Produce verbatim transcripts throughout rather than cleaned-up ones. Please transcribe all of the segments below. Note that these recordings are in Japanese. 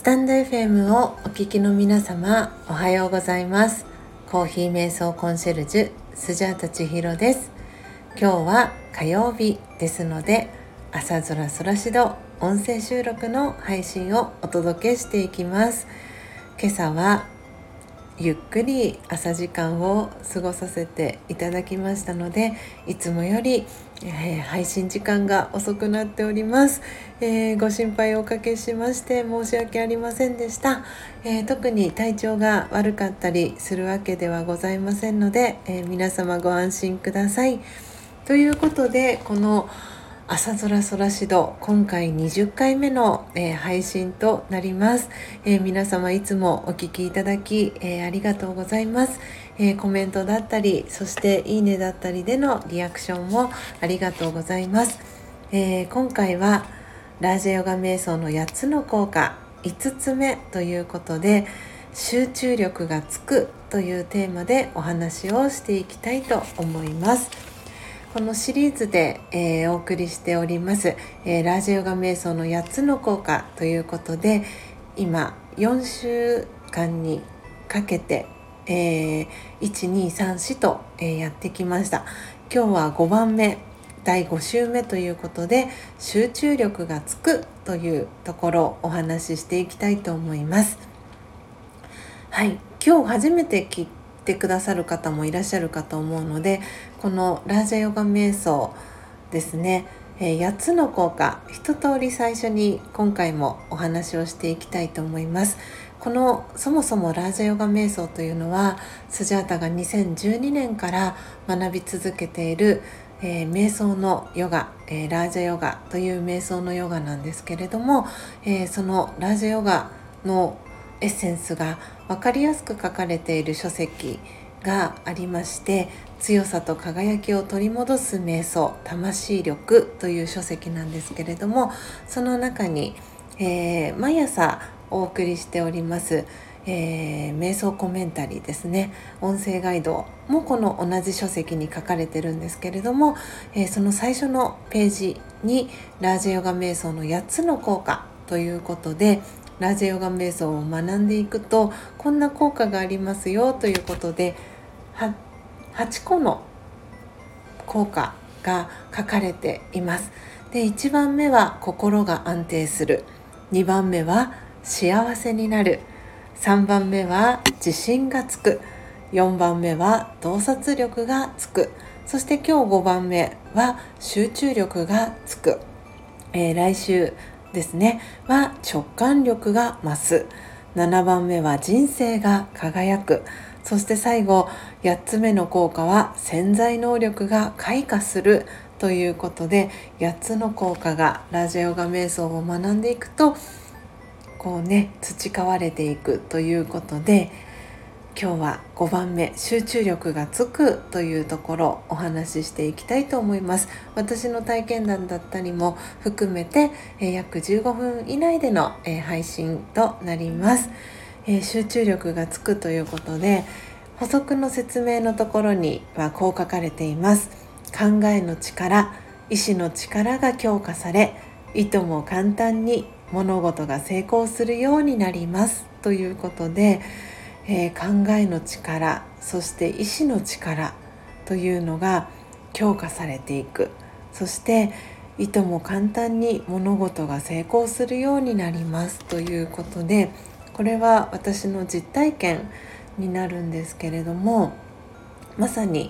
タンド エフエム をお聞きの皆様、おはようございます。コーヒー瞑想コンシェルジュスジャータ千尋です。今日は火曜日ですので、朝空空しど音声収録の配信をお届けしていきます。今朝はゆっくり朝時間を過ごさせていただきましたので、いつもより、えー、配信時間が遅くなっております。えー、ご心配をおかけしまして申し訳ありませんでした。えー、特に体調が悪かったりするわけではございませんので、えー、皆様ご安心ください。ということで、この朝空空しど今回にじゅっかいめの、えー、配信となります。えー、皆様いつもお聞きいただき、えー、ありがとうございます。えー、コメントだったり、そしていいねだったりでのリアクションもありがとうございます。えー、今回はラージャヨガ瞑想のやっつの効果いつつめということで、集中力がつくというテーマでお話をしていきたいと思います。このシリーズで、えー、お送りしております、えー、ラージャヨガ瞑想のやっつの効果ということで、今よんしゅうかんにかけて、えー、いち、に、さん、よんと、えー、やってきました。今日はごばんめ、だいご週目ということで、集中力がつくというところをお話ししていきたいと思います。はい、今日初めて聞いてくださる方もいらっしゃるかと思うので、このラージャヨガ瞑想ですね、えー、やっつの効果一通り最初に今回もお話をしていきたいと思います。このそもそもラージャヨガ瞑想というのは、スジャータがにせんじゅうにねんから学び続けている、えー、瞑想のヨガ、えー、ラージャヨガという瞑想のヨガなんですけれども、えー、そのラージャヨガのエッセンスが分かりやすく書かれている書籍がありまして、強さと輝きを取り戻す瞑想魂力という書籍なんですけれども、その中に、えー、毎朝お送りしております、えー、瞑想コメンタリーですね、音声ガイドもこの同じ書籍に書かれてるんですけれども、えー、その最初のページにラージャヨガ瞑想のやっつの効果ということで、ラージャヨガ瞑想を学んでいくとこんな効果がありますよということで、はちこの効果が書かれています。で、いちばんめは心が安定する、にばんめは幸せになる、さんばんめは自信がつく、よんばんめは洞察力がつく、そして今日ごばんめは集中力がつく、えー、来週ですねは直感力が増す、ななばんめは人生が輝く、そして最後やっつめの効果は潜在能力が開花するということで、やっつの効果がラージャヨガ瞑想を学んでいくとこうね培われていくということで、今日はごばんめ、集中力がつくというところをお話ししていきたいと思います。私の体験談だったりも含めて、えー、約じゅうごふん以内での、えー、配信となります。えー、集中力がつくということで、補足の説明のところにはこう書かれています。考えの力、意志の力が強化され、いとも簡単に物事が成功するようになりますということで、えー、考えの力、そして意志の力というのが強化されていく。そしていとも簡単に物事が成功するようになりますということで、これは私の実体験になるんですけれども、まさに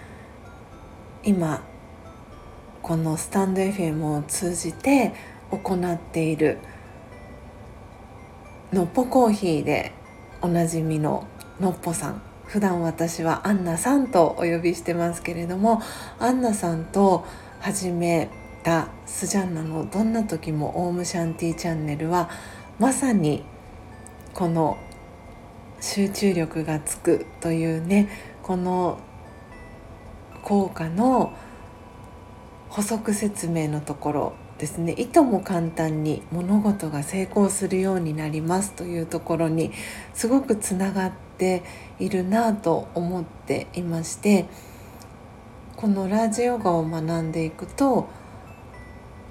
今このスタンド エフエム を通じて行っているのっぽコーヒーでおなじみののっぽさん、普段私はアンナさんとお呼びしてますけれども、アンナさんと始めたスジャンナのどんな時もオームシャンティチャンネルは、まさにこの集中力がつくというね、この効果の補足説明のところですね、いとも簡単に物事が成功するようになりますというところにすごくつながっているなと思っていまして、このラージヨガを学んでいくと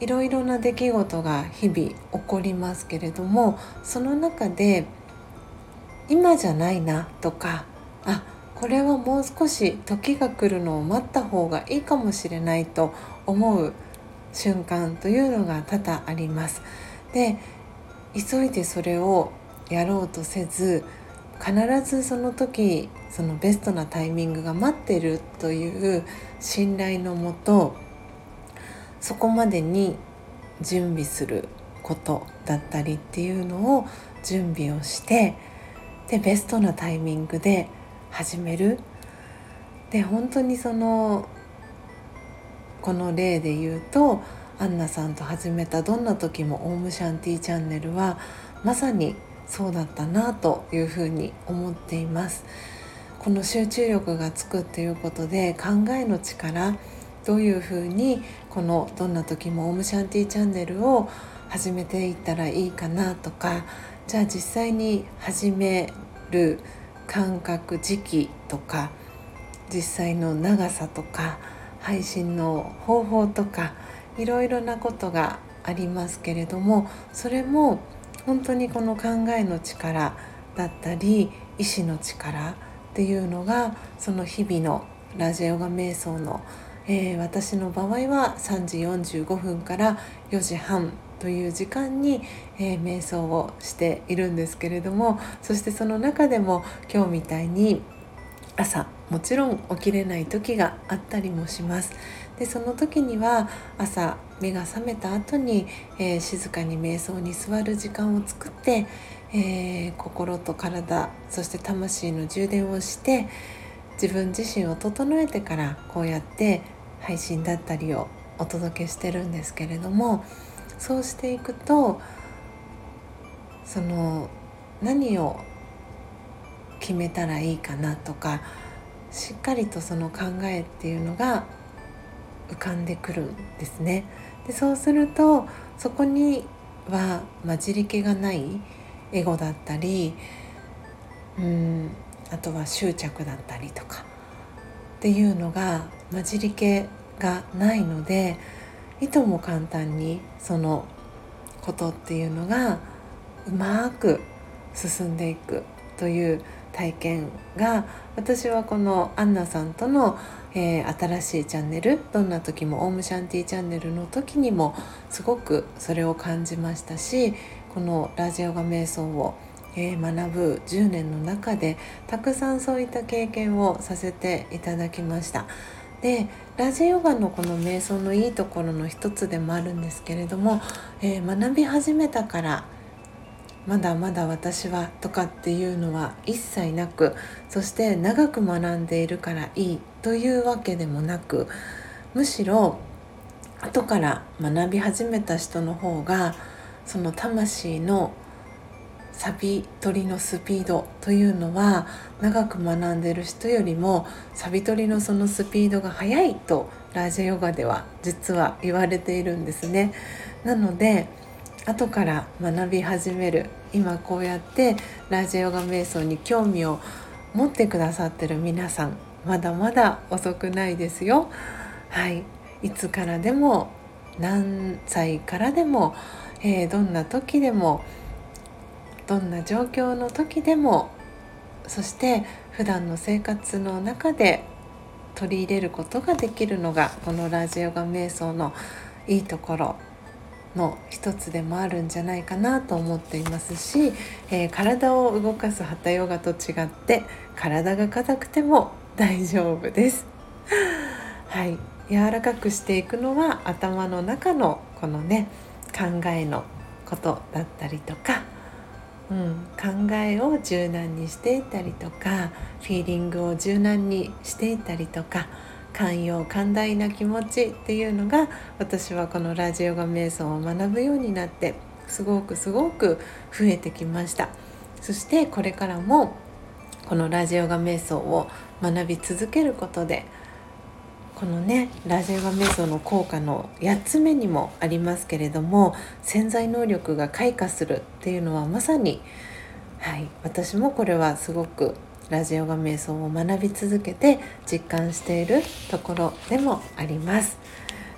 いろいろな出来事が日々起こりますけれども、その中で今じゃないなとか、あ、これはもう少し時が来るのを待った方がいいかもしれないと思う瞬間というのが多々あります。で、急いでそれをやろうとせず、必ずその時そのベストなタイミングが待っているという信頼のもと、そこまでに準備することだったりっていうのを準備をして、でベストなタイミングで始める。で本当にそのこの例で言うと、アンナさんと始めたどんな時もオームシャンティチャンネルはまさにそうだったなというふうに思っています。この集中力がつくっていうことで、考えの力、どういうふうにこのどんな時もオームシャンティチャンネルを始めていったらいいかなとか、じゃあ実際に始める感覚、時期とか、実際の長さとか、配信の方法とか、いろいろなことがありますけれども、それも本当にこの考えの力だったり意志の力っていうのが、その日々のラジオガ瞑想の、えー、私の場合はさんじよんじゅうごふんからよじはんという時間に、えー、瞑想をしているんですけれども、そしてその中でも今日みたいに朝もちろん起きれない時があったりもします。でその時には朝目が覚めた後に、えー、静かに瞑想に座る時間を作って、えー、心と体、そして魂の充電をして、自分自身を整えてからこうやって配信だったりをお届けしてるんですけれども、そうしていくと、その何を決めたらいいかなとか、しっかりとその考えっていうのが浮かんでくるんですね。でそうすると、そこには混じり気がないエゴだったり、うーんあとは執着だったりとかっていうのが混じり気がないので、いとも簡単にそのことっていうのがうまく進んでいくという体験が、私はこのアンナさんとの、えー、新しいチャンネル、どんな時もオームシャンティチャンネルの時にもすごくそれを感じましたし、このラジオガ瞑想を、えー、学ぶじゅうねんの中でたくさんそういった経験をさせていただきました。でラジオガのこの瞑想のいいところの一つでもあるんですけれども、えー、学び始めたからまだまだ私はとかっていうのは一切なく、そして長く学んでいるからいいというわけでもなく、むしろ後から学び始めた人の方が、その魂のサビ取りのスピードというのは長く学んでいる人よりもサビ取りのそのスピードが速いとラジオヨガでは実は言われているんですね。なので後から学び始める、今こうやってラジオヨガ瞑想に興味を持ってくださってる皆さん、まだまだ遅くないですよ。はい、いつからでも何歳からでも、えー、どんな時でもどんな状況の時でも、そして普段の生活の中で取り入れることができるのがこのラジオヨガ瞑想のいいところの一つでもあるんじゃないかなと思っていますし、えー、体を動かすハタヨガと違って体が硬くても大丈夫です。はい、柔らかくしていくのは頭の中のこのね考えのことだったりとか、うん、考えを柔軟にしていったりとか、フィーリングを柔軟にしていったりとか、寛容寛大な気持ちっていうのが、私はこのラジオヨガ瞑想を学ぶようになってすごくすごく増えてきました。そしてこれからもこのラジオヨガ瞑想を学び続けることで、このねラジオヨガ瞑想の効果のやっつめにもありますけれども、潜在能力が開花するっていうのはまさに、はい、私もこれはすごくラジオヨガ瞑想を学び続けて実感しているところでもあります。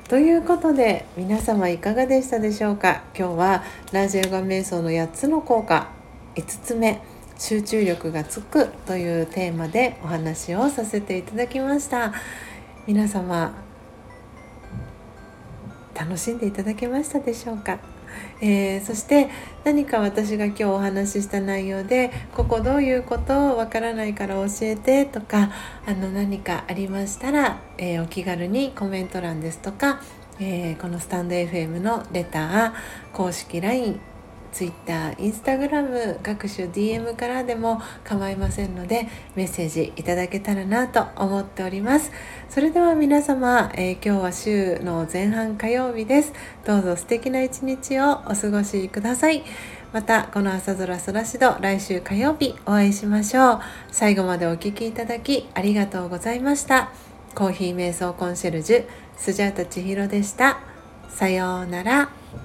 ということで皆様いかがでしたでしょうか。今日はラージヨガ瞑想のやっつの効果いつつめ、集中力がつくというテーマでお話をさせていただきました。皆様楽しんでいただけましたでしょうか。えー、そして何か私が今日お話しした内容でここどういうことわからないから教えてとか、あの何かありましたら、えー、お気軽にコメント欄ですとか、えー、このスタンド エフエム のレター、公式 ライン、ツイッター、インスタグラム各種 ディーエム からでも構いませんのでメッセージいただけたらなと思っております。それでは皆様、えー、今日は週の前半火曜日です。どうぞ素敵な一日をお過ごしください。またこの朝空空しど来週火曜日お会いしましょう。最後までお聞きいただきありがとうございました。コーヒー瞑想コンシェルジュスジャータ千尋でした。さようなら。